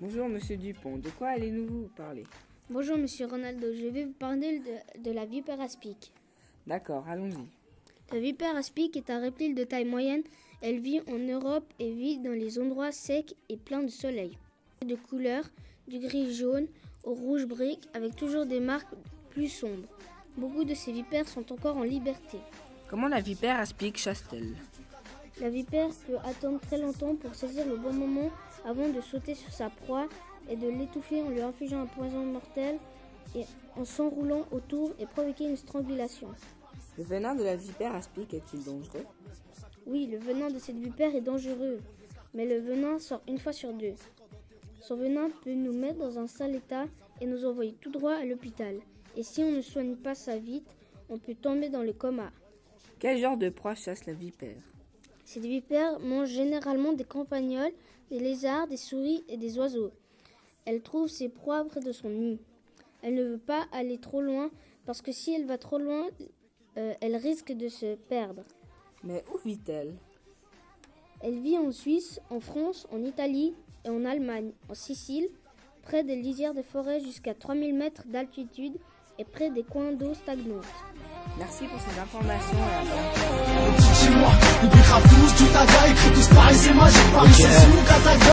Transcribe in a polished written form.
Bonjour Monsieur Dupont, de quoi allez-nous vous parler? Bonjour Monsieur Ronaldo, je vais vous parler de la vipère aspic. D'accord, allons-y. La vipère aspic est un reptile de taille moyenne. Elle vit en Europe et vit dans les endroits secs et pleins de soleil. De couleur, du gris jaune au rouge brique avec toujours des marques plus sombres. Beaucoup de ces vipères sont encore en liberté. Comment la vipère aspic chasse-t-elle? La vipère peut attendre très longtemps pour saisir le bon moment avant de sauter sur sa proie et de l'étouffer en lui infligeant un poison mortel et en s'enroulant autour et provoquer une strangulation. Le venin de la vipère aspic est-il dangereux? Oui, le venin de cette vipère est dangereux, mais le venin sort une fois sur deux. Son venin peut nous mettre dans un sale état et nous envoyer tout droit à l'hôpital. Et si on ne soigne pas ça vite, on peut tomber dans le coma. Quel genre de proie chasse la vipère? Cette vipère mange généralement des campagnols, des lézards, des souris et des oiseaux. Elle trouve ses proies près de son nid. Elle ne veut pas aller trop loin parce que si elle va trop loin, elle risque de se perdre. Mais où vit-elle? Elle vit en Suisse, en France, en Italie et en Allemagne, en Sicile, près des lisières de forêt jusqu'à 3000 mètres d'altitude et près des coins d'eau stagnantes. Merci pour ces informations et à bientôt. Chez moi, les bras tous, tout à écrit tous pareil, c'est magique, Paris, c'est sous,